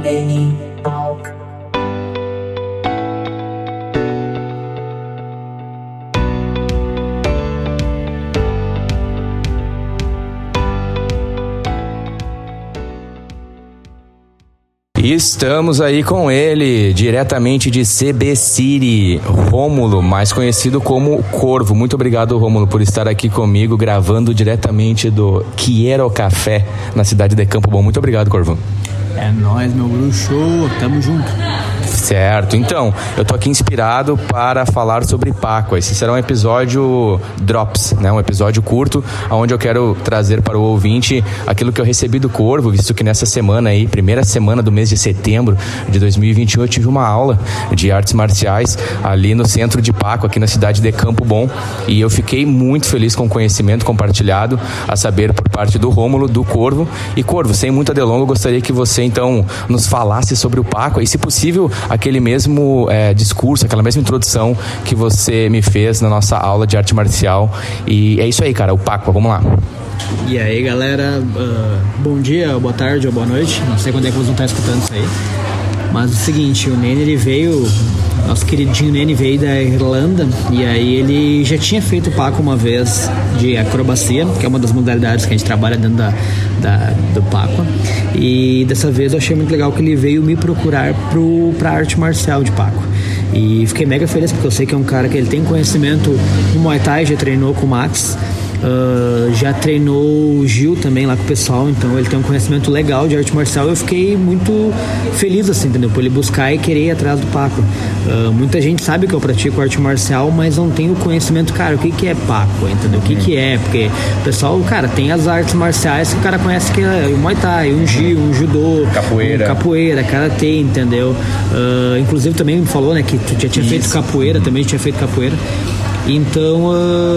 Nene Talk. Estamos aí com ele, diretamente de CB City, Rômulo, mais conhecido como Corvo. Muito obrigado, Rômulo, por estar aqui comigo, gravando diretamente do Quiero Café, na cidade de Campo Bom. Muito obrigado, Corvo. É nóis, meu bruxo, tamo junto. Certo, então, eu tô aqui inspirado para falar sobre Páqua. Esse será um episódio Drops, né? Um episódio curto, onde eu quero trazer para o ouvinte aquilo que eu recebi do Corvo, visto que nessa semana aí, primeira semana do mês de setembro de 2021, eu tive uma aula de artes marciais ali no centro de Páqua, aqui na cidade de Campo Bom, e eu fiquei muito feliz com o conhecimento compartilhado, a saber, por parte do Rômulo, do Corvo. E Corvo, sem muita delonga, eu gostaria que você então nos falasse sobre o Páqua e, se possível, aquele mesmo discurso, aquela mesma introdução que você me fez na nossa aula de arte marcial. E é isso aí, cara, o Páqua, vamos lá. E aí, galera, bom dia, boa tarde ou boa noite, não sei quando é que vocês vão estar escutando isso aí, mas é o seguinte, o Nene, ele veio, nosso queridinho Nene veio da Irlanda, e aí ele já tinha feito o Páqua uma vez de acrobacia, que é uma das modalidades que a gente trabalha dentro do Páqua, e dessa vez eu achei muito legal que ele veio me procurar pra arte marcial de Páqua. E fiquei mega feliz porque eu sei que é um cara que ele tem conhecimento no Muay Thai, já treinou com o Max, já treinou o Gil também lá com o pessoal, então ele tem um conhecimento legal de arte marcial. Eu fiquei muito feliz, assim, entendeu? Por ele buscar e querer ir atrás do Páqua. Muita gente sabe que eu pratico arte marcial, mas não tem o conhecimento, cara, o que é Páqua, entendeu? O que é, porque o pessoal, cara, tem as artes marciais que o cara conhece, que é o Muay Thai, o Gil, o Judô, capoeira, Karatê, entendeu? Inclusive também me falou, né, que tu já tinha feito capoeira, também tinha feito capoeira. Então,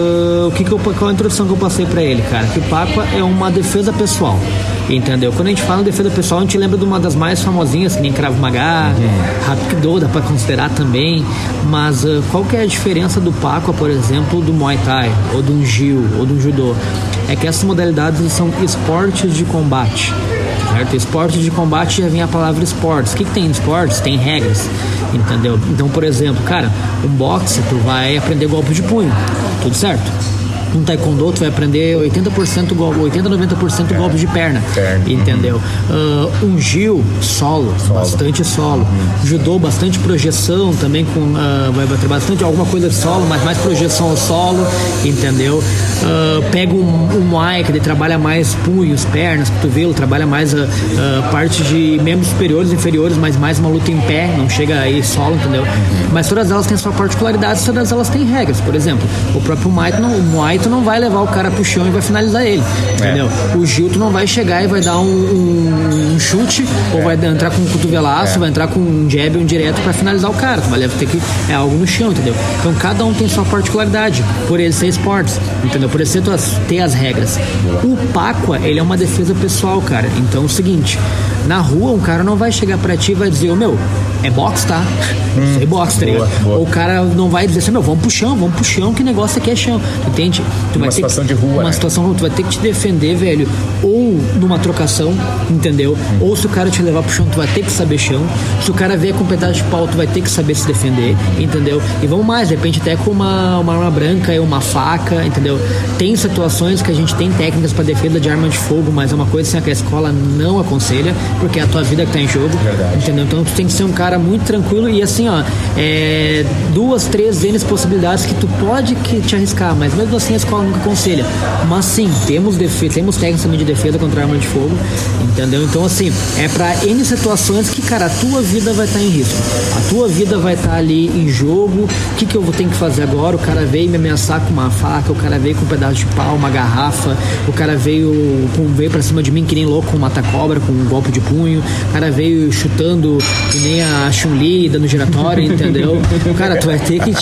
qual a introdução que eu passei pra ele, cara? Que o Páqua é uma defesa pessoal, entendeu? Quando a gente fala em defesa pessoal, a gente lembra de uma das mais famosinhas, que nem Krav Maga, Hapkido, dá pra considerar também. Mas qual que é a diferença do Páqua, por exemplo, do Muay Thai, ou do Gil, ou do Judô? É que essas modalidades são esportes de combate, certo? Esportes de combate, já vem a palavra esportes. O que tem em esportes? Tem regras, entendeu? Então, por exemplo, cara, um boxe, tu vai aprender golpe de punho, tudo certo? Um taekwondo, tu vai aprender 80%, 90% golpe de perna. Entendeu? Um Gil, solo, bastante solo. Judô, bastante projeção também, vai ter bastante alguma coisa de solo, mas mais projeção ao solo, entendeu? Pega um Muay, que ele trabalha mais punhos, pernas, cotovelo, trabalha mais a parte de membros superiores, inferiores, mas mais uma luta em pé, não chega aí solo, entendeu? Mas todas elas têm sua particularidade, todas elas têm regras. Por exemplo, o próprio Muay, tu não vai levar o cara pro chão e vai finalizar ele, entendeu? O Gil, tu não vai chegar e vai dar um chute, ou vai entrar com um cotovelaço, vai entrar com um jab ou um direto pra finalizar o cara. Tu vai ter que algo no chão, entendeu? Então cada um tem sua particularidade, por ele ser esportes, entendeu? Por ele ter as regras. O Páqua, ele é uma defesa pessoal, cara. Então é o seguinte, na rua um cara não vai chegar pra ti e vai dizer, é boxe, tá? Sei boxe, tá ligado? Ou o cara não vai dizer assim, vamos pro chão, que negócio aqui é chão, entende? Tu vai ter situação de rua, uma situação, tu vai ter que te defender, velho, ou numa trocação, entendeu? Ou se o cara te levar pro chão, tu vai ter que saber chão. Se o cara vier com um pedaço de pau, tu vai ter que saber se defender, entendeu? E vamos mais, de repente até com uma arma branca e uma faca, entendeu? Tem situações que a gente tem técnicas pra defesa de arma de fogo, mas é uma coisa assim que a escola não aconselha, porque é a tua vida que tá em jogo, entendeu? Então tu tem que ser um cara muito tranquilo e assim, 2, 3 N possibilidades que tu pode te arriscar, mas mesmo assim a escola nunca aconselha. Mas sim, temos técnicas também de defesa contra arma de fogo, entendeu? Então assim, é pra N situações que, cara, a tua vida vai estar em risco, a tua vida vai estar ali em jogo. O que eu vou ter que fazer agora? O cara veio me ameaçar com uma faca, o cara veio com um pedaço de pau, uma garrafa, o cara veio pra cima de mim que nem louco com um mata-cobra, com um golpe de punho, o cara veio chutando que nem a Chun-Li, dando giratória, entendeu? Cara, tu vai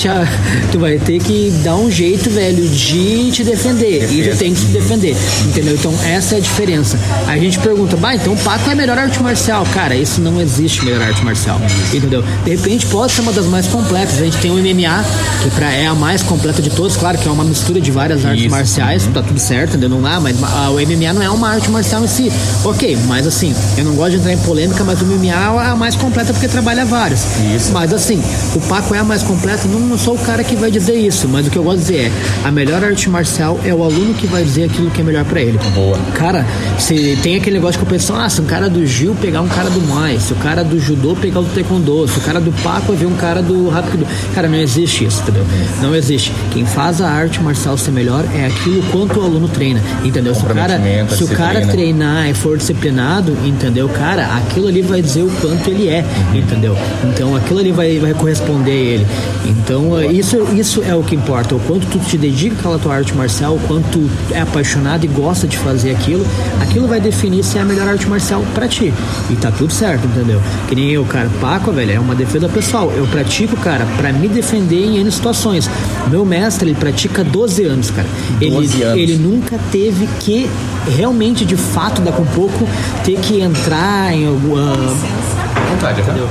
ter que dar um jeito, velho, de te defender. E tu tem que te defender, entendeu? Então essa é a diferença. A gente pergunta, então o Páqua é a melhor arte marcial. Cara, isso não existe melhor arte marcial, entendeu? De repente pode ser uma das mais completas. A gente tem o MMA, que é a mais completa de todas, claro que é uma mistura de várias artes marciais, tá tudo certo, entendeu? Não mas o MMA não é uma arte marcial em si. Ok, mas assim, eu não gosto de entrar em polêmica, mas o MMA é a mais completa porque trabalha vários. Isso. Mas assim, o Paco é a mais completa, não sou o cara que vai dizer isso, mas o que eu gosto de dizer é, a melhor arte marcial é o aluno que vai dizer aquilo que é melhor pra ele. Boa. Cara, se tem aquele negócio que eu penso, se um cara do Gil pegar um cara do Muay, se o cara do Judô pegar o do Taekwondo, se o cara do Paco ver um cara do Hapkido, cara, não existe isso, entendeu? Não existe. Quem faz a arte marcial ser melhor é aquilo quanto o aluno treina, entendeu? Se o cara treinar e for disciplinado, entendeu? Cara, aquilo ali vai dizer o quanto ele é, entendeu? Então aquilo ali vai corresponder a ele. Então isso é o que importa, o quanto tu te dedica àquela tua arte marcial, o quanto tu é apaixonado e gosta de fazer aquilo vai definir se é a melhor arte marcial pra ti. E tá tudo certo, entendeu? Que nem eu, cara, Paco, velho, é uma defesa pessoal. Eu pratico, cara, pra me defender em N situações. Meu mestre, ele pratica 12 anos, cara. 12 anos. Ele nunca teve que realmente, de fato, daqui a um pouco, ter que entrar em alguma... vontade, entendeu?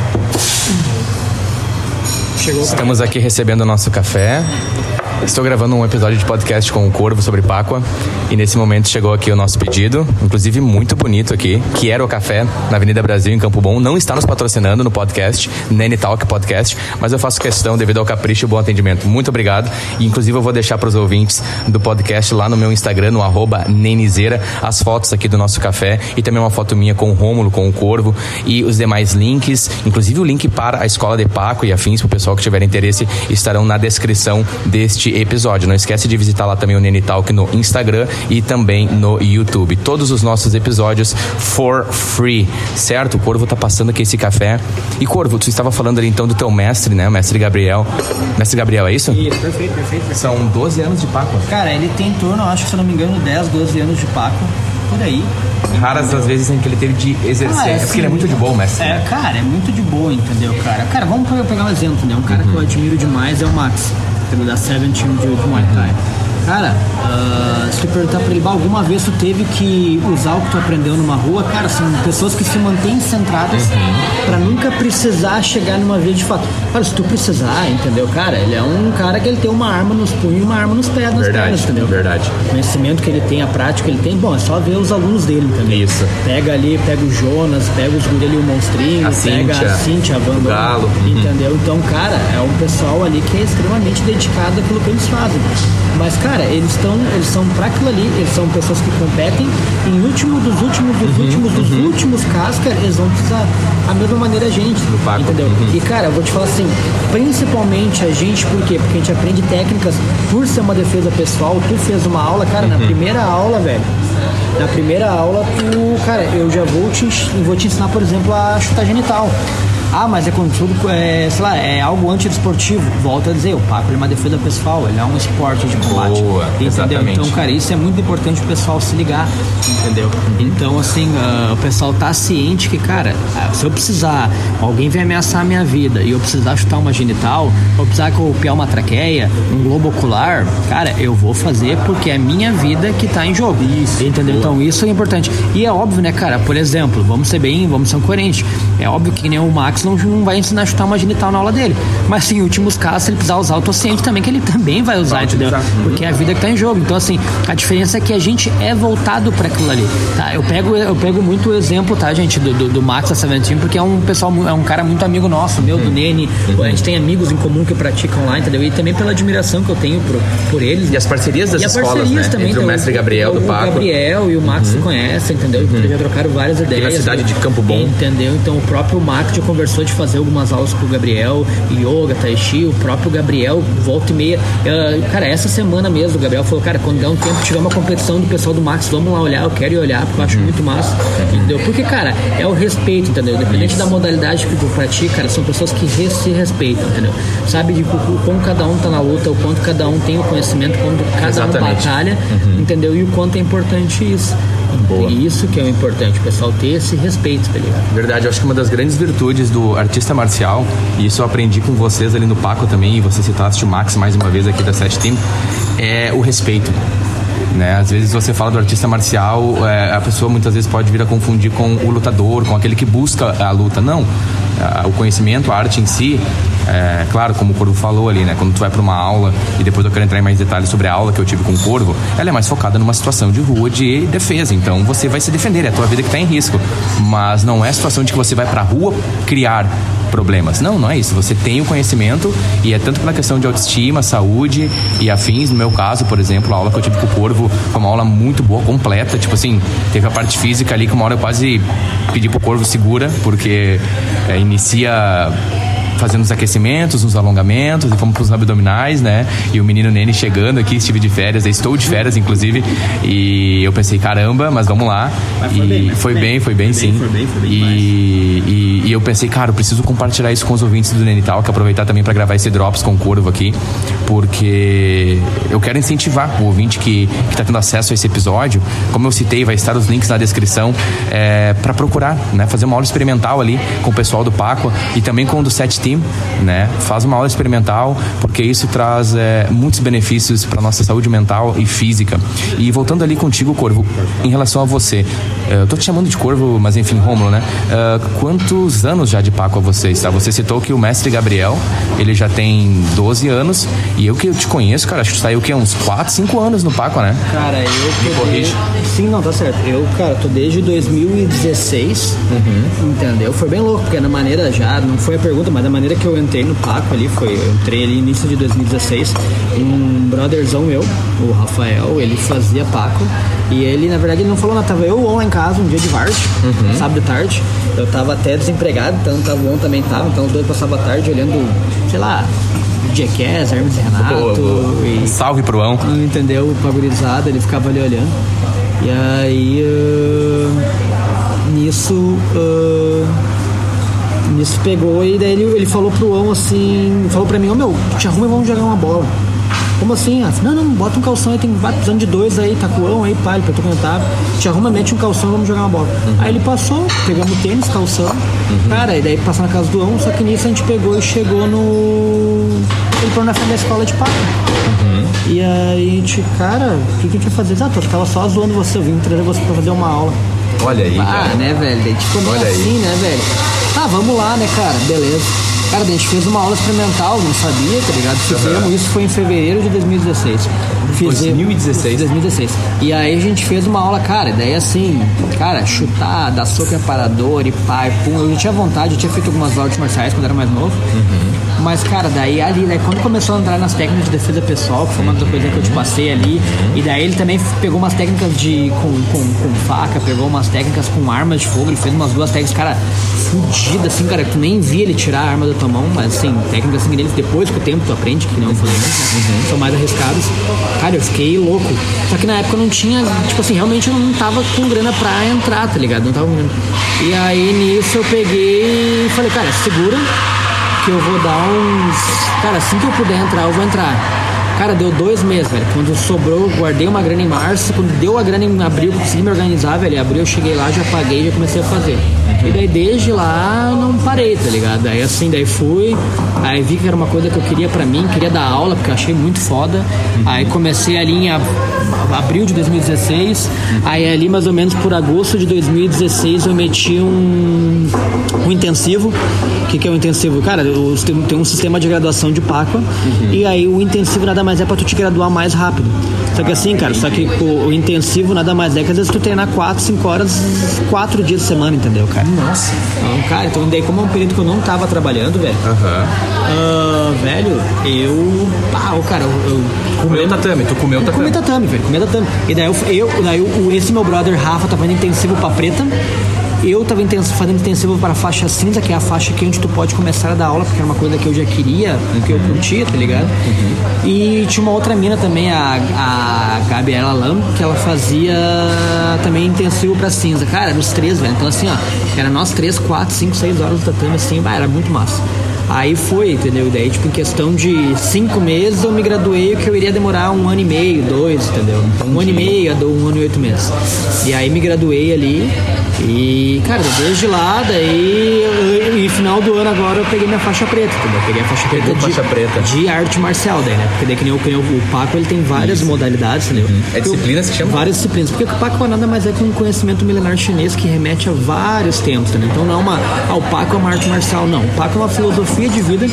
Chegou. Estamos aqui recebendo o nosso café. Estou gravando um episódio de podcast com o Corvo sobre Páqua e nesse momento chegou aqui o nosso pedido, inclusive muito bonito aqui, que era o café na Avenida Brasil, em Campo Bom. Não está nos patrocinando no podcast, Nene Talk Podcast, mas eu faço questão devido ao capricho e bom atendimento. Muito obrigado. E inclusive eu vou deixar para os ouvintes do podcast lá no meu Instagram, no @Nenizeira, as fotos aqui do nosso café e também uma foto minha com o Rômulo, com o Corvo e os demais links, inclusive o link para a Escola de Páqua e afins, para o pessoal que tiver interesse, estarão na descrição deste episódio. Não esquece de visitar lá também o Nene Talk no Instagram e também no YouTube. Todos os nossos episódios for free, certo? O Corvo tá passando aqui esse café. E Corvo, tu estava falando ali então do teu mestre, né? O mestre Gabriel. Mestre Gabriel, é isso? Isso, perfeito. São 12 anos de Páqua. Cara, ele tem em torno, acho que se eu não me engano, 10, 12 anos de Páqua. Por aí. Raras as vezes em que ele teve de exercer. É porque ele é muito de boa, mestre. Cara, é muito de boa, entendeu, cara? Cara, vamos pegar um exemplo, né? Um cara que eu admiro demais é o Max, da 7 Team de Muay Thai. Cara, se tu perguntar pra ele, alguma vez tu teve que usar o que tu aprendeu numa rua, cara, são pessoas que se mantêm centradas pra nunca precisar chegar numa via de fato. Cara, se tu precisar, entendeu, cara, ele é um cara que ele tem uma arma nos punhos e uma arma nos pés, nas pernas, entendeu? Verdade. O conhecimento que ele tem, a prática que ele tem, bom, é só ver os alunos dele, entendeu? Isso. Pega o Jonas, pega os guri ali, o Monstrinho, a Cíntia, a Van Galo, entendeu? Então, cara, é um pessoal ali que é extremamente dedicado àquilo que eles fazem. Mas, cara, eles são pra aquilo ali, eles são pessoas que competem em último dos últimos casos, cara, eles vão precisar a mesma maneira a gente, entendeu? E, cara, eu vou te falar assim, principalmente a gente, por quê? Porque a gente aprende técnicas por ser uma defesa pessoal. Tu fez uma aula, cara, na primeira aula, velho, cara, eu já vou te ensinar, por exemplo, a chutar genital. Mas é contudo, sei lá, é algo antidesportivo. Volto a dizer, o Paco é uma defesa pessoal, ele é um esporte de combate. Boa, entendeu? exatamente. Então, cara, isso é muito importante o pessoal se ligar, entendeu? Então, assim, o pessoal tá ciente que, cara, se eu precisar, alguém vem ameaçar a minha vida e eu precisar chutar uma genital, ou precisar copiar uma traqueia, um globo ocular, cara, eu vou fazer porque é a minha vida que tá em jogo. Isso, entendeu? Boa. Então, isso é importante. E é óbvio, né, cara, por exemplo, vamos ser coerentes. É óbvio que nem o Max não vai ensinar a chutar uma genital na aula dele. Mas sim, em últimos casos, se ele precisar usar, eu tô ciente também que ele também vai usar, entendeu? Porque é a vida que tá em jogo. Então, assim, a diferença é que a gente é voltado pra aquilo ali, tá? Eu pego muito o exemplo, tá, gente, do Max da 17, porque é um cara muito amigo nosso, meu, do Nene. A gente tem amigos em comum que praticam lá, entendeu? E também pela admiração que eu tenho por eles. E as parcerias das escolas, né? Também, entre o mestre Gabriel do Paco. O Gabriel e o Max se conhecem, entendeu? Já trocaram várias ideias. E na cidade de Campo Bom. Entendeu? Então, o próprio Max já conversou de fazer algumas aulas com o Gabriel, yoga, tai chi, o próprio Gabriel, volta e meia. Cara, essa semana mesmo, o Gabriel falou, cara, quando der um tempo, tiver uma competição do pessoal do Max, vamos lá olhar, eu quero ir olhar, porque eu acho muito massa, entendeu? Porque, cara, é o respeito, entendeu? Independente da modalidade que tu pratica, cara, são pessoas que se respeitam, entendeu? Sabe de como cada um tá na luta, o quanto cada um tem o conhecimento, quando cada um batalha, entendeu? E o quanto é importante isso. Boa. E isso que é o importante, o pessoal ter esse respeito, tá ligado? Verdade, eu acho que uma das grandes virtudes do artista marcial, e isso eu aprendi com vocês ali no Paco também, e você citaste o Max mais uma vez aqui da 7 Team, é o respeito. Né? Às vezes você fala do artista marcial, a pessoa muitas vezes pode vir a confundir com o lutador, com aquele que busca a luta. Não, o conhecimento, a arte em si, Claro, como o Corvo falou ali, né? Quando tu vai pra uma aula, e depois eu quero entrar em mais detalhes sobre a aula que eu tive com o Corvo, ela é mais focada numa situação de rua de defesa. Então você vai se defender, é a tua vida que tá em risco. Mas não é a situação de que você vai pra rua criar problemas. Não é isso. Você tem o conhecimento e é tanto pela questão de autoestima, saúde e afins. No meu caso, por exemplo, a aula que eu tive com o Corvo foi uma aula muito boa, completa. Tipo assim, teve a parte física ali que uma hora eu quase pedi pro Corvo segura, porque inicia fazendo os aquecimentos, os alongamentos, e fomos pros abdominais, né? E o menino Nene chegando aqui, estive de férias, estou de férias, inclusive, e eu pensei, caramba, mas vamos lá. Foi bem, sim. E eu pensei, cara, eu preciso compartilhar isso com os ouvintes do Nene Talk, aproveitar também para gravar esse Drops com o Corvo aqui, porque eu quero incentivar o ouvinte que tá tendo acesso a esse episódio. Como eu citei, vai estar os links na descrição, para procurar, né? Fazer uma aula experimental ali com o pessoal do Paqua e também com o do Set Team, né? Faz uma aula experimental, porque isso traz muitos benefícios para nossa saúde mental e física. E voltando ali contigo, Corvo, em relação a você, eu tô te chamando de Corvo, mas enfim, Rômulo, né? Quantos anos já de Paqua você está? Você citou que o mestre Gabriel, ele já tem 12 anos, e eu que te conheço, cara, acho que saiu o quê? Uns 4, 5 anos no Paqua, né? Cara, Me corrige. Sim, não, tá certo. Eu, cara, tô desde 2016, entendeu? Foi bem louco, porque na maneira já, não foi a pergunta, mas a maneira que eu entrei no Paqua ali, eu entrei ali no início de 2016, um brotherzão meu, o Rafael, ele fazia Paqua, e ele, na verdade, ele não falou nada, tava eu lá em casa, um dia de Varte, sábado de tarde, eu tava até desempregado, então tava bom também tava, então os dois passavam a tarde olhando, sei lá, Jackass, Hermes e Renato. E, salve pro Ão. Entendeu? Pagurizado, ele ficava ali olhando. E aí, nisso pegou, e daí ele falou pro Ão assim, falou pra mim, meu, te arruma e vamos jogar uma bola. Como assim? Não, bota um calção aí, vai precisando de 2 aí, tá com o Ão aí, pá, ele apertou comentário, te arruma, mete um calção e vamos jogar uma bola. Aí ele passou, pegamos o tênis, calção, cara, e daí passou na casa do Ão, só que nisso a gente pegou e chegou ele foi na frente da escola de Paqua. E aí a gente, cara, o que a gente vai fazer? Eu tava só zoando você, eu vim trazer você pra fazer uma aula. Olha aí, cara. Né, velho? Daí, tipo, olha assim, aí, né, velho? Vamos lá, né, cara? Beleza. Cara, a gente fez uma aula experimental, não sabia, tá ligado? Fizemos, isso foi em fevereiro de 2016. 2016. E aí a gente fez uma aula, cara, daí assim, cara, chutar, dar soco em aparador e pá, e pum. Eu já tinha vontade, eu tinha feito algumas artes marciais quando era mais novo. Mas, cara, daí quando começou a entrar nas técnicas de defesa pessoal, que foi uma das coisas que eu te passei ali, e daí ele também pegou umas técnicas com faca, pegou umas técnicas com armas de fogo, ele fez umas 2 técnicas, cara, fodidas, assim, cara, que tu nem via ele tirar a arma da tua mão, mas assim, técnicas assim, depois com o tempo tu aprende, que não foi antes, são mais arriscados. Cara, eu fiquei louco. Só que na época eu não tinha, tipo assim, realmente eu não tava com grana pra entrar, tá ligado? Não tava com grana. E aí nisso eu peguei e falei, cara, segura que eu vou dar uns... Cara, assim que eu puder entrar, eu vou entrar. Cara, deu 2 meses, velho. Quando sobrou, guardei uma grana em março. Quando deu a grana em abril, eu consegui me organizar, velho. Em abril eu cheguei lá, já paguei, já comecei a fazer. E daí desde lá eu não parei, tá ligado? Daí assim, daí fui. Aí vi que era uma coisa que eu queria pra mim, queria dar aula, porque eu achei muito foda. Aí comecei ali em abril de 2016. Aí ali mais ou menos por agosto de 2016 eu meti um intensivo. O que é o intensivo? Cara, tem um sistema de graduação de Paqua. E aí o intensivo nada mais é pra tu te graduar mais rápido. Só que assim, cara, o intensivo nada mais é que às vezes tu treinar 4, 5 horas, 4 dias de semana, entendeu, cara? Nossa. Então, cara, então daí como é um período que eu não tava trabalhando, velho. Velho, eu comeu tatame, tu comeu tatame. Comi tatame, velho, comi tatame. E daí esse meu brother Rafa tava indo intensivo pra preta. Eu tava fazendo intensivo para a faixa cinza, que é a faixa que onde tu pode começar a dar aula, porque era uma coisa que eu já queria, que eu curtia, tá ligado? E tinha uma outra mina também, a Gabriela Lam, que ela fazia também intensivo pra cinza. Cara, eram os 3, velho. Então assim, ó, era nós 3, 4, 5, 6 horas do tatame, assim, era muito massa. Aí foi, entendeu? Daí, tipo, em questão de 5 meses eu me graduei, que eu iria demorar 1 ano e meio, 2, entendeu? Entendi. 1 ano e meio, 1 ano e 8 meses. E aí me graduei ali. E, cara, desde lá, daí, e final do ano agora eu peguei minha faixa preta, entendeu? Peguei a faixa preta de arte marcial, daí, né? Porque daí que nem o Paqua, ele tem várias modalidades, entendeu? É disciplinas que chama? Várias disciplinas, porque o Paqua nada mais é que um conhecimento milenar chinês que remete a vários tempos, entendeu? Então não é o Paqua é uma arte marcial, não. O Paqua é uma filosofia de vida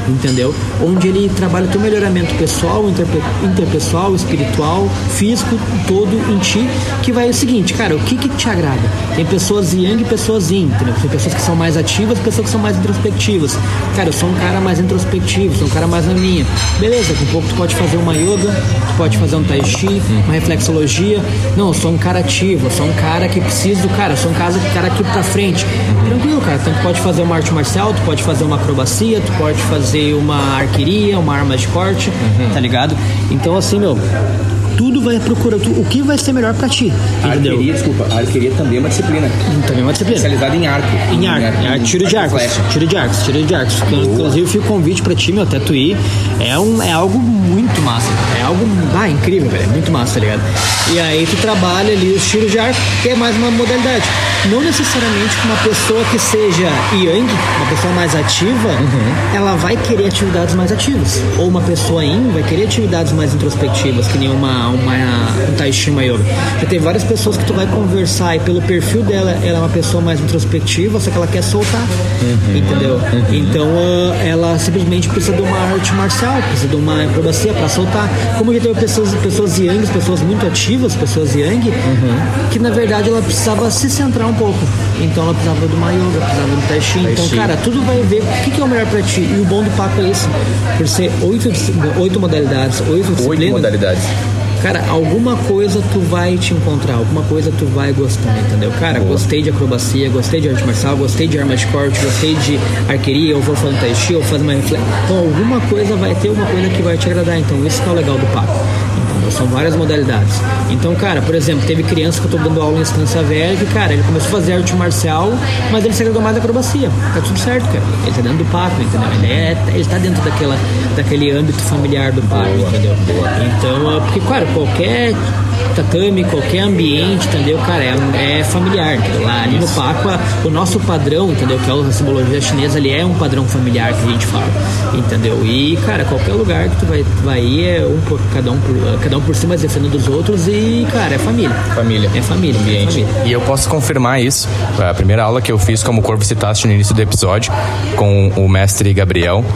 entendeu? Onde ele trabalha o teu melhoramento pessoal, interpessoal, espiritual, físico, todo em ti, que vai o seguinte, cara, o que te agrada? Tem pessoas yang e pessoas yin, entendeu? Tem pessoas que são mais ativas, pessoas que são mais introspectivas. Cara, eu sou um cara mais introspectivo, sou um cara mais na minha. Beleza, com pouco tu pode fazer uma yoga, tu pode fazer um tai chi, uma reflexologia. Não, eu sou um cara ativo, eu sou um cara que preciso, cara, eu sou um cara aqui pra frente. Tranquilo, cara, então tu pode fazer uma arte marcial, tu pode fazer uma acrobacia, tu pode fazer uma arqueria, uma arma de corte, tá ligado? Então assim, meu, tudo vai procurar o que vai ser melhor pra ti, entendeu? A arqueria também é uma disciplina. Também é uma disciplina. Especializada em arco. Em arco. Tiro de arcos. Tiro de arcos. Inclusive, fica o convite pra ti, meu, até tu ir. É algo muito massa. É algo incrível, velho. É muito massa, tá ligado? E aí tu trabalha ali os tiros de arco, que é mais uma modalidade. Não necessariamente que uma pessoa que seja yang, uma pessoa mais ativa, ela vai querer atividades mais ativas. Ou uma pessoa yin vai querer atividades mais introspectivas, que nem um tai chi, uma yoga. Já tem várias pessoas que tu vai conversar e pelo perfil dela, ela é uma pessoa mais introspectiva, só que ela quer soltar, entendeu? Então ela simplesmente precisa de uma arte marcial, precisa de uma acrobacia pra soltar. Como já teve pessoas yang, pessoas muito ativas, pessoas yang, que na verdade ela precisava se centrar um pouco. Então ela precisava de uma yoga, precisava de um tai chi. Então, cara, tudo vai ver o que é o melhor pra ti. E o bom do Paco é isso. Por ser 8 modalidades, 8 modalidades. Cara, alguma coisa tu vai te encontrar, alguma coisa tu vai gostar, entendeu? Cara, gostei de acrobacia, gostei de arte marcial, gostei de arma de corte, gostei de arqueria, eu vou fazer um tai chi, eu vou fazer uma reflexão. Então, alguma coisa vai ter, uma coisa que vai te agradar. Então, isso que é o legal do Paco. Então, são várias modalidades. Então, cara, por exemplo, teve criança que eu tô dando aula em Estância Velha que, cara, ele começou a fazer arte marcial, mas ele se agradou mais da acrobacia. Tá tudo certo, cara. Ele tá dentro do Paco, entendeu? Ele tá dentro daquele âmbito familiar do Paco, entendeu? Então, porque, cara, qualquer tatame, qualquer ambiente, entendeu, cara, é familiar, entendeu? Lá ali no Paco, o nosso padrão, entendeu, que é a simbologia chinesa, ali é um padrão familiar que a gente fala, entendeu? E, cara, qualquer lugar que tu vai ir é cada um por cima defendendo dos outros e, cara, é família. É família. Ambiente. E eu posso confirmar isso. A primeira aula que eu fiz, como o Corvo citaste no início do episódio, com o mestre Gabriel,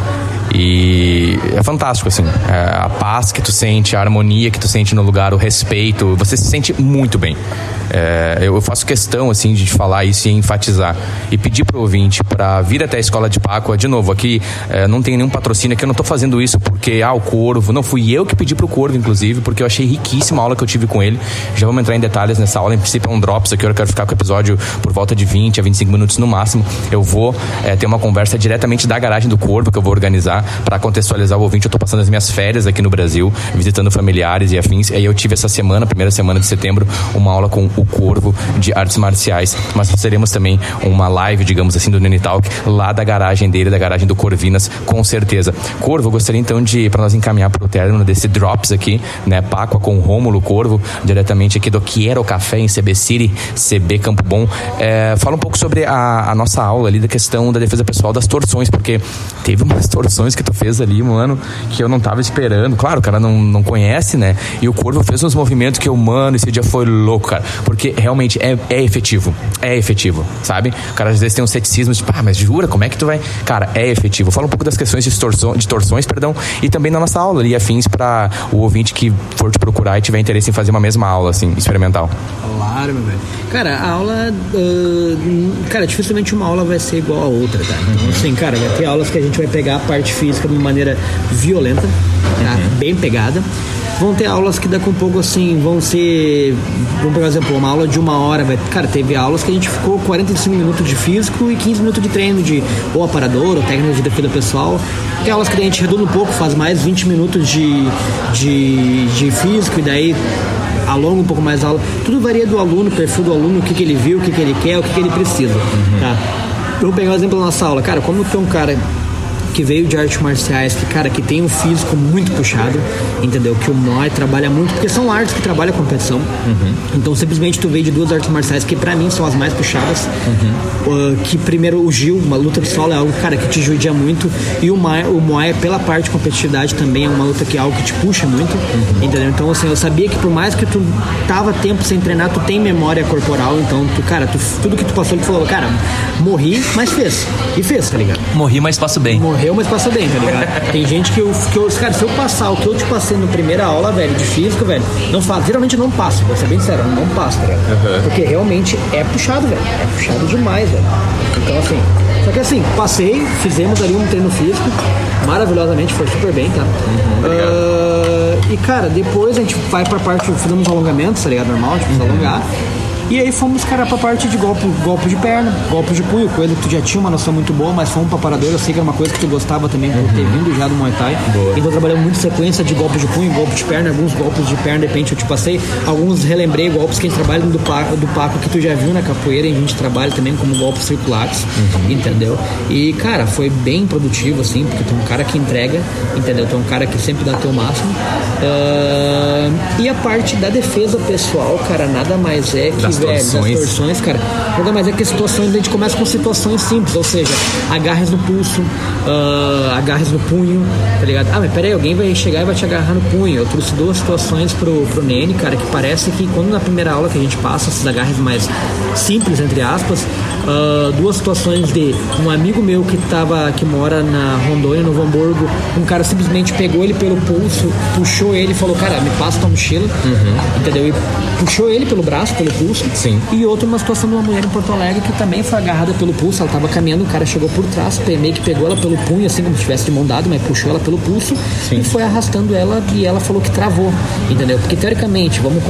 e é fantástico, assim, a paz que tu sente, a harmonia que tu sente no lugar, o respeito, você se sente muito bem. Eu faço questão, assim, de falar isso e enfatizar e pedir pro ouvinte para vir até a Escola de Paco. De novo, aqui não tem nenhum patrocínio, aqui eu não tô fazendo isso porque o Corvo, não fui eu que pedi pro Corvo, inclusive, porque eu achei riquíssima a aula que eu tive com ele. Já vamos entrar em detalhes nessa aula. Em princípio é um drops aqui, eu quero ficar com o episódio por volta de 20 a 25 minutos no máximo. Eu vou ter uma conversa diretamente da garagem do Corvo, que eu vou organizar para contextualizar o ouvinte. Eu tô passando as minhas férias aqui no Brasil, visitando familiares e afins, e aí eu tive essa semana, primeira semana de setembro, uma aula com o Corvo de artes marciais, mas nós teremos também uma live, digamos assim, do Nene Talk, lá da garagem dele, da garagem do Corvinas, com certeza. Corvo, eu gostaria então para nós encaminhar pro término desse drops aqui, né, Paco com Rômulo Corvo, diretamente aqui do Quiero Café em CB City, CB Campo Bom. Fala um pouco sobre a nossa aula ali da questão da defesa pessoal, das torções, porque teve umas torções que tu fez ali, mano, que eu não tava esperando. Claro, o cara não conhece, né? E o Corvo fez uns movimentos que esse dia foi louco, cara, porque realmente é efetivo. É efetivo, sabe? O cara às vezes tem um ceticismo, tipo, mas jura? Como é que tu vai? Cara, é efetivo. Fala um pouco das questões de torções, e também na nossa aula ali, afins, pra o ouvinte que for te procurar e tiver interesse em fazer uma mesma aula, assim, experimental. Claro, meu velho. Cara, a aula, cara, dificilmente uma aula vai ser igual a outra, tá? Então, assim, cara, vai ter aulas que a gente vai pegar a parte física de uma maneira violenta, tá? Bem pegada. Vão ter aulas que daqui a um pouco, assim, vamos pegar, por exemplo, uma aula de 1 hora. Cara, teve aulas que a gente ficou 45 minutos de físico e 15 minutos de treino de ou aparador, ou técnica de defesa pessoal. Tem aulas que a gente reduz um pouco, faz mais 20 minutos de físico e daí alonga um pouco mais a aula. Tudo varia do aluno, perfil do aluno, o que ele viu, o que ele quer, o que ele precisa, tá? Vou pegar um exemplo da nossa aula. Cara, como tu é um cara que veio de artes marciais, que tem um físico muito puxado, entendeu? Que o Muay trabalha muito, porque são artes que trabalham a competição. Então, simplesmente tu veio de 2 artes marciais que pra mim são as mais puxadas. Que primeiro o Gil, uma luta de solo é algo, cara, que te judia muito, e o Muay pela parte de competitividade também é uma luta que é algo que te puxa muito, entendeu? Então, assim, eu sabia que por mais que tu tava tempo sem treinar, tu tem memória corporal, então tudo que tu passou, tu falou, cara, morri, mas fez, tá ligado? Morri, mas passo bem. Morreu, morreu, mas passa bem, tá ligado? Tem gente cara, se eu passar o que eu te passei na primeira aula, velho, de física, velho, não faço. Geralmente eu não passo, vou ser bem sincero, não passo, tá ligado? Porque realmente é puxado, velho. É puxado demais, velho. Então, assim, só que assim, passei, fizemos ali um treino físico, maravilhosamente, foi super bem, tá? E, cara, depois a gente vai pra parte, fizemos alongamentos, tá ligado? Normal, tipo, alongar. E aí fomos, cara, pra parte de golpe de perna, golpe de punho, coisa que tu já tinha uma noção muito boa, mas fomos pra parador, eu sei que era uma coisa que tu gostava também por ter vindo já do Muay Thai. Então trabalhamos muito sequência de golpe de punho, golpe de perna, alguns golpes de perna, de repente eu te passei, alguns relembrei, golpes que a gente trabalha do Paco que tu já viu na capoeira, e a gente trabalha também como golpes circulares, entendeu? E, cara, foi bem produtivo, assim, porque tu é um cara que entrega, entendeu? Tu é um cara que sempre dá teu máximo. E a parte da defesa pessoal, cara, nada mais é que das torções, cara, nada mais é que situações, a gente começa com situações simples, ou seja, agarres no pulso, agarres no punho, tá ligado? Mas peraí, alguém vai chegar e vai te agarrar no punho. Eu trouxe duas situações pro Nene, cara, que parece que quando na primeira aula que a gente passa esses agarres mais simples, entre aspas, duas situações de um amigo meu que mora na Rondônia, no Hamburgo, um cara simplesmente pegou ele pelo pulso, puxou ele e falou, cara, me passa tua mochila, entendeu? E puxou ele pelo braço, pelo pulso. Sim. E outra, uma situação de uma mulher em Porto Alegre que também foi agarrada pelo pulso, ela tava caminhando, o cara chegou por trás, meio que pegou ela pelo punho, assim como se tivesse de mão dada, mas puxou ela pelo pulso. Sim. E foi arrastando ela, e ela falou que travou, entendeu? Porque teoricamente, vamos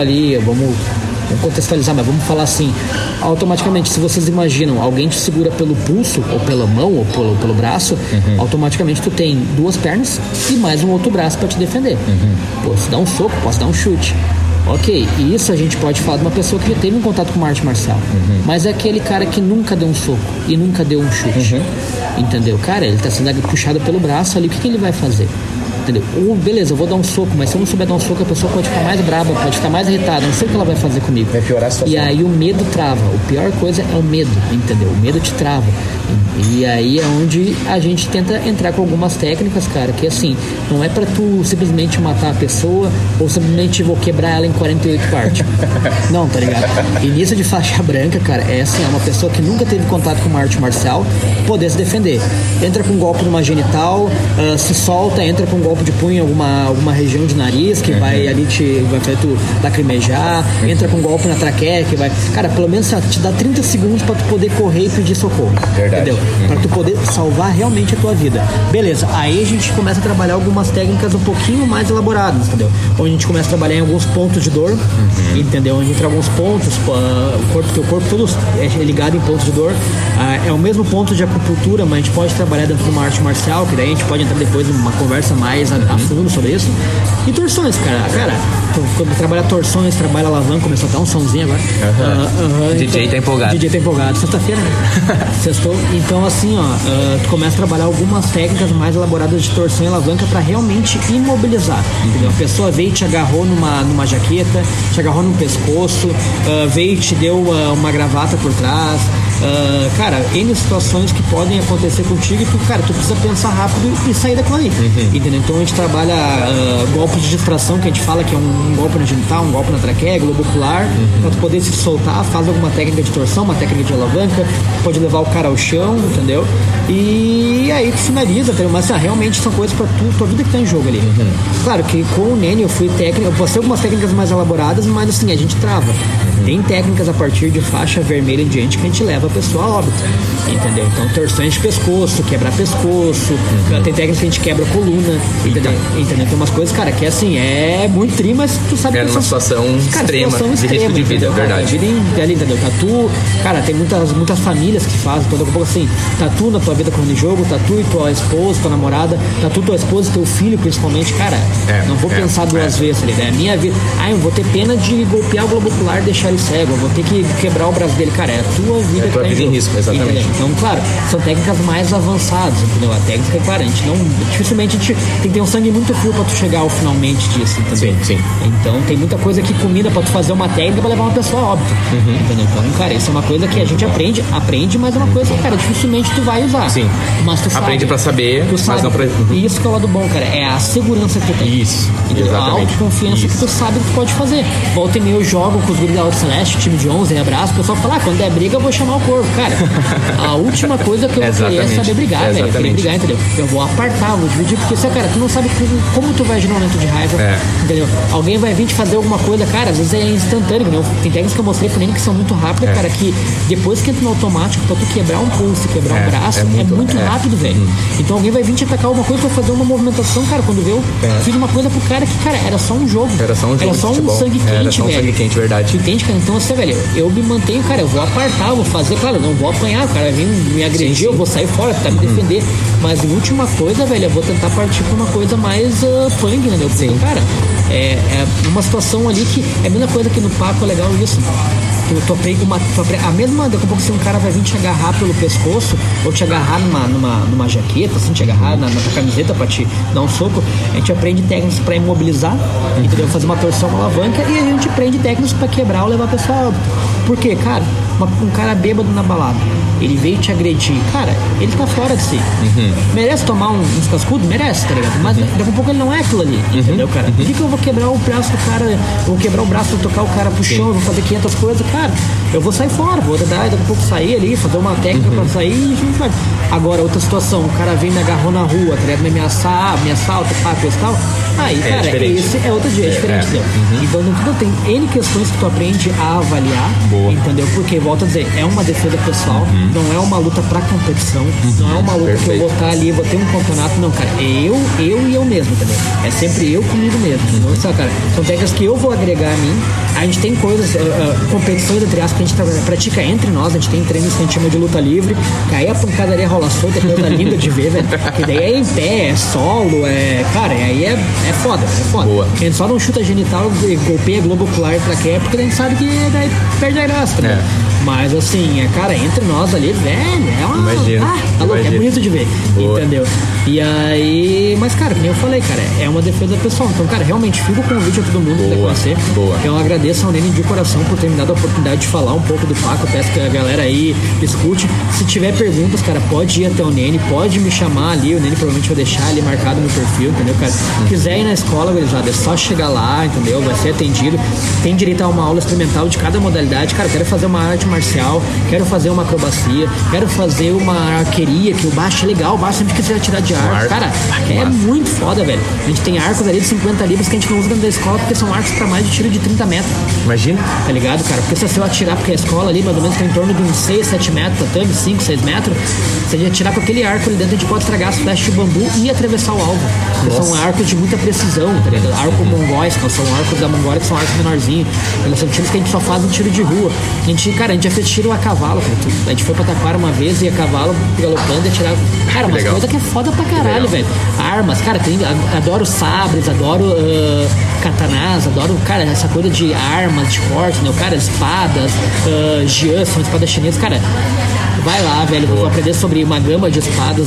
contextualizar, mas vamos falar assim, automaticamente, se vocês imaginam, alguém te segura pelo pulso, ou pela mão, ou pelo braço, automaticamente tu tem duas pernas e mais um outro braço para te defender. Pô, se dá um soco, posso dar um chute. Ok, e isso a gente pode falar de uma pessoa que já teve um contato com uma arte marcial, mas é aquele cara que nunca deu um soco e nunca deu um chute, entendeu? Cara, ele tá sendo puxado pelo braço ali, o que ele vai fazer? Entendeu? Beleza, eu vou dar um soco, mas se eu não souber dar um soco, a pessoa pode ficar mais braba, pode ficar mais irritada, não sei o que ela vai fazer comigo. Vai piorar a situação. E aí o medo trava. A pior coisa é o medo, entendeu? O medo te trava. E aí é onde a gente tenta entrar com algumas técnicas, cara, que assim, não é pra tu simplesmente matar a pessoa ou simplesmente vou quebrar ela em 48 partes. Não, tá ligado? Início de faixa branca, cara, é assim, é uma pessoa que nunca teve contato com uma arte marcial poder se defender. Entra com um golpe numa genital, se solta, entra com um golpe de punho em alguma região de nariz que vai ali vai fazer tu lacrimejar, entra com um golpe na traqueia que vai, cara, pelo menos te dá 30 segundos pra tu poder correr e pedir socorro. Verdade. Entendeu? Pra tu poder salvar realmente a tua vida. Beleza, aí a gente começa a trabalhar algumas técnicas um pouquinho mais elaboradas, entendeu? Onde a gente começa a trabalhar em alguns pontos de dor, entendeu? Onde entra alguns pontos, o corpo todo é ligado em pontos de dor. É o mesmo ponto de acupuntura, mas a gente pode trabalhar dentro de uma arte marcial, que daí a gente pode entrar depois numa conversa mais a fundo sobre isso. E torções, cara, quando trabalha torções, trabalha alavanca, começou a dar um somzinho agora. DJ tá empolgado. DJ tá empolgado, sexta-feira, né? Sextou. Então, assim, tu começa a trabalhar algumas técnicas mais elaboradas de torção e alavanca pra realmente imobilizar, entendeu? A pessoa veio e te agarrou numa jaqueta, te agarrou no pescoço, veio e te deu uma gravata por trás. Cara, N situações que podem acontecer contigo e tu precisa pensar rápido e sair daquilo ali, entendeu? Então a gente trabalha golpes de distração, que a gente fala que é um golpe na genital, um golpe na traqueia, globo ocular, pra tu poder se soltar, faz alguma técnica de torção, uma técnica de alavanca, pode levar o cara ao chão, entendeu? E aí tu finaliza, entendeu? Mas realmente são coisas pra tua vida que tá em jogo ali. Claro que com o Nene eu passei algumas técnicas mais elaboradas, mas assim, a gente trava. Tem técnicas a partir de faixa vermelha em diante que a gente leva a pessoa a óbito, entendeu? Então torções de pescoço, quebrar pescoço, tem técnicas que a gente quebra a coluna, entendeu? Tem umas coisas, cara, que assim, é muito tri, mas tu sabe que uma situação extrema, de risco de vida, é verdade. Ali, entendeu? Tatu, cara, tem muitas famílias que fazem, então daqui a pouco assim, tatu na tua vida quando jogo, tatu e tua esposa, tua namorada, tatu tua esposa e teu filho principalmente, cara, não vou pensar duas vezes ali, né? Minha vida, eu vou ter pena de golpear o globo ocular e deixar ele cego, eu vou ter que quebrar o braço dele, cara, é a tua vida que tá em jogo. Risco, exatamente. Entendeu? Então, claro, são técnicas mais avançadas, entendeu? A técnica, claro, a gente não, dificilmente a gente tem que ter um sangue muito frio pra tu chegar ao finalmente disso, entendeu? Sim. Então tem muita coisa que combina pra tu fazer uma técnica pra levar uma pessoa a óbito, entendeu? Então, cara, isso é uma coisa que a gente aprende, mas é uma coisa que, cara, dificilmente tu vai usar. Sim. Mas tu sabe. Aprende pra saber, tu sabe, mas não pra... E isso que é o lado bom, cara, é a segurança que tu tem. Isso, entendeu? exatamente. A autoconfiança que tu sabe que tu pode fazer. Volta e meia eu jogo com os guris da Celeste, time de 11, abraço. O pessoal fala, quando der briga eu vou chamar o Corvo. Cara, a última coisa que eu vou querer é saber brigar, velho. Querer brigar, entendeu? Eu vou apartar, vou dividir, porque cara, tu não sabe como tu vai gerar um momento de raiva, entendeu? Alguém vai vir te fazer alguma coisa, cara, às vezes é instantâneo, entendeu? Tem técnicas que eu mostrei pro Nene que são muito rápidas, cara, que depois que entra no automático, pra tu quebrar um pulso, quebrar um braço, é muito rápido, velho. Então alguém vai vir te atacar alguma coisa pra fazer uma movimentação, cara, quando vê eu fiz uma coisa pro cara que, cara, era só um jogo. Era só um sangue quente, era só um sangue quente, verdade. Entende, cara? Então, assim, velho, eu me mantenho, cara, eu vou apartar, vou fazer, claro, eu não vou apanhar, o cara vem me agredir, eu vou sair fora, tentar me defender. Mas a última coisa, velho, eu vou tentar partir pra uma coisa mais punk, né? Porque, cara, é uma situação ali que é a mesma coisa que no Paco é legal isso. A mesma, daqui a pouco, se um cara vai vir te agarrar pelo pescoço ou te agarrar numa jaqueta, assim, te agarrar na tua camiseta pra te dar um soco, a gente aprende técnicas pra imobilizar, entendeu? Fazer uma torção, uma alavanca, e a gente aprende técnicas pra quebrar ou levar a pessoa alto. Por quê, cara? Um cara bêbado na balada, ele veio te agredir, cara, ele tá fora de si. Merece tomar uns cascudos? Merece, tá ligado? Mas daqui a pouco ele não é aquilo ali, entendeu, cara? Por que eu vou quebrar o braço do cara, eu vou quebrar o braço, vou tocar o cara pro chão, eu vou fazer 500 coisas, cara, eu vou sair fora, vou tentar daqui a pouco sair ali, fazer uma técnica pra sair e a gente vai. Agora, outra situação, o cara vem me agarrou na rua, tá ligado? Me ameaçar, me assalta, coisa e tal. Aí, cara, esse é outro dia, é diferente, entendeu? Então, tem N questões que tu aprende a avaliar, entendeu? Porque, volto a dizer, é uma defesa pessoal, não é uma luta pra competição, não é uma luta que eu vou estar ali, vou ter um campeonato, não, cara, eu e eu mesmo, entendeu? É sempre eu comigo mesmo, entendeu? Sabe, cara, são técnicas que eu vou agregar a mim, a gente tem coisas, competições, entre aspas, que a gente pratica entre nós, a gente tem treinos que a gente chama de luta livre, que aí a pancadaria rola solta, é coisa linda de ver, velho, que daí é em pé, é solo, cara, aí é foda, Boa. A gente só não chuta genital e golpeia globo ocular pra quê, porque a gente sabe que daí perde a graça, né? Mas assim, cara, entre nós ali, velho, é uma... tá louco, é bonito de ver, entendeu? E aí, mas cara, como eu falei, cara, é uma defesa pessoal. Então, cara, realmente fica o convite a todo mundo que conhecer. Eu agradeço ao Nene de coração por ter me dado a oportunidade de falar um pouco do Paco. Peço que a galera aí escute. Se tiver perguntas, cara, pode ir até o Nene, pode me chamar ali, o Nene provavelmente vai deixar ali marcado no perfil, entendeu, cara? Se quiser ir na escola, gurizada, é só chegar lá, entendeu? Vai ser atendido. Tem direito a uma aula experimental de cada modalidade. Cara, eu quero fazer uma arte marcial, quero fazer uma acrobacia, quero fazer uma arqueria, que o baixo é legal, o baixo sempre quiser atirar de arco. Cara, é muito foda, velho. A gente tem arcos ali de 50 libras que a gente não usa dentro da escola porque são arcos pra mais de tiro de 30 metros. Imagina. Tá ligado, cara? Porque se eu atirar, porque a escola ali mais ou menos tem em torno de uns 6, 7 metros, tatame, 5, 6 metros, se a gente atirar com aquele arco ali dentro, a gente pode estragar as flechas de bambu e atravessar o alvo. Porque são arcos de muita precisão, tá ligado? Arco mongóis, que são arcos da Mongólia, que são arcos menorzinhos. Eles são tiros que a gente só faz um tiro de rua. A gente já fez tiro a cavalo, cara. A gente foi pra Taquara uma vez e a cavalo galopando e atirar. Cara, umas coisas que é foda pra caralho, velho. Armas, cara, adoro sabres, adoro katanás, adoro, cara, essa coisa de armas, de corte, né? Cara, espadas, jian, são espadas chinesas, cara. Vai lá, velho, vou aprender sobre uma gama de espadas,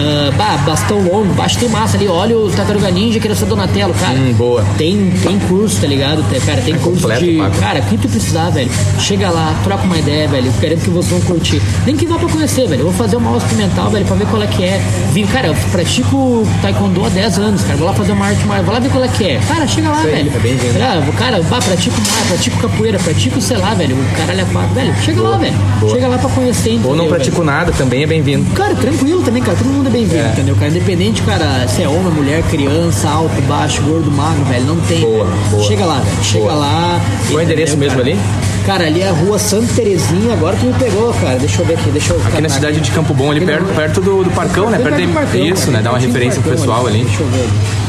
bastão longo, baixo tem massa ali, olha o Tartaruga Ninja, que era seu Donatello, cara. Boa. Tem curso, tá ligado? Cara, tem curso completo, de... Paco. Cara, o que tu precisar, velho? Chega lá, troca uma ideia, velho, querendo que vocês vão curtir. Nem que vá pra conhecer, velho, eu vou fazer uma aula experimental, velho, pra ver qual é que é. Cara, eu pratico taekwondo há 10 anos, cara, vou lá fazer uma arte maior, vou lá ver qual é que é. Cara, chega lá, velho. É bem vindo. Cara, pratico capoeira, pratico, sei lá, velho, o caralho é quatro, velho, chega lá, velho. Chega lá pra conhecer, entendeu? Ou não pratico nada, também é bem-vindo. Cara, tranquilo também, cara, todo mundo é bem-vindo, entendeu, cara? Independente, cara, se é homem, mulher, criança, alto, baixo, gordo, magro, velho, não tem. Boa. Chega lá, velho, chega lá. Qual é o endereço mesmo ali? Cara, ali é a rua Santa Terezinha, agora tu me pegou, cara. Deixa eu ver aqui, aqui na cidade de Campo Bom, ali perto do Parcão, né? Perto do Parcão, isso, né? Dá uma referência pro pessoal ali. Deixa eu ver.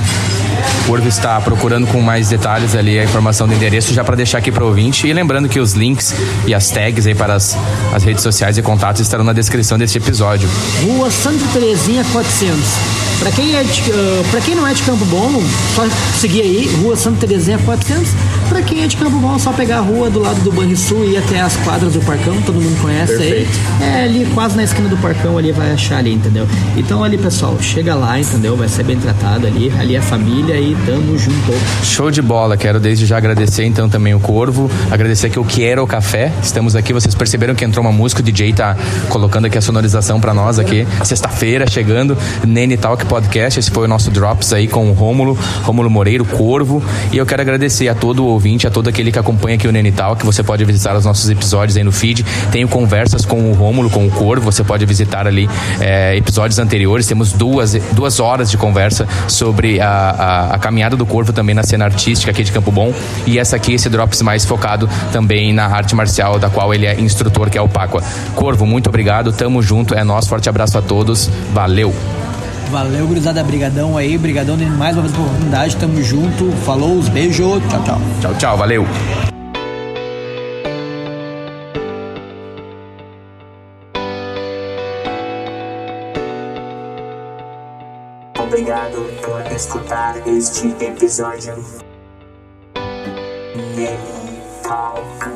O Corvo está procurando com mais detalhes ali a informação do endereço, já para deixar aqui para o ouvinte. E lembrando que os links e as tags aí para as redes sociais e contatos estarão na descrição deste episódio. Rua Santa Terezinha 400. Pra quem não é de Campo Bom, só seguir aí, Rua Santa Terezinha 400. Pra quem é de Campo Bom, só pegar a rua do lado do Banrisul e ir até as quadras do Parcão, todo mundo conhece. Perfeito. Aí. É ali quase na esquina do Parcão, ali vai achar ali, entendeu? Então ali, pessoal, chega lá, entendeu? Vai ser bem tratado ali é família e tamo junto. Show de bola, quero desde já agradecer então também o Corvo, agradecer aqui o Quero Café, estamos aqui, vocês perceberam que entrou uma música, o DJ tá colocando aqui a sonorização pra nós aqui, sexta-feira chegando, Nene Talk Talk Podcast. Esse foi o nosso Drops aí com o Rômulo Moreira, o Corvo. E eu quero agradecer a todo o ouvinte, a todo aquele que acompanha aqui o Nene Talk. Você pode visitar os nossos episódios aí no feed. Tenho conversas com o Rômulo, com o Corvo. Você pode visitar ali episódios anteriores. Temos 2 horas de conversa sobre a caminhada do Corvo também na cena artística aqui de Campo Bom. E esse Drops mais focado também na arte marcial, da qual ele é instrutor, que é o Pacua. Corvo, muito obrigado, tamo junto, é nóis, forte abraço a todos, valeu! Valeu, gurizada, brigadão aí, brigadão mais uma vez pela oportunidade, tamo junto, falou, os beijos, tchau, tchau. Tchau, tchau, valeu! Obrigado por escutar este episódio. Nene Talk.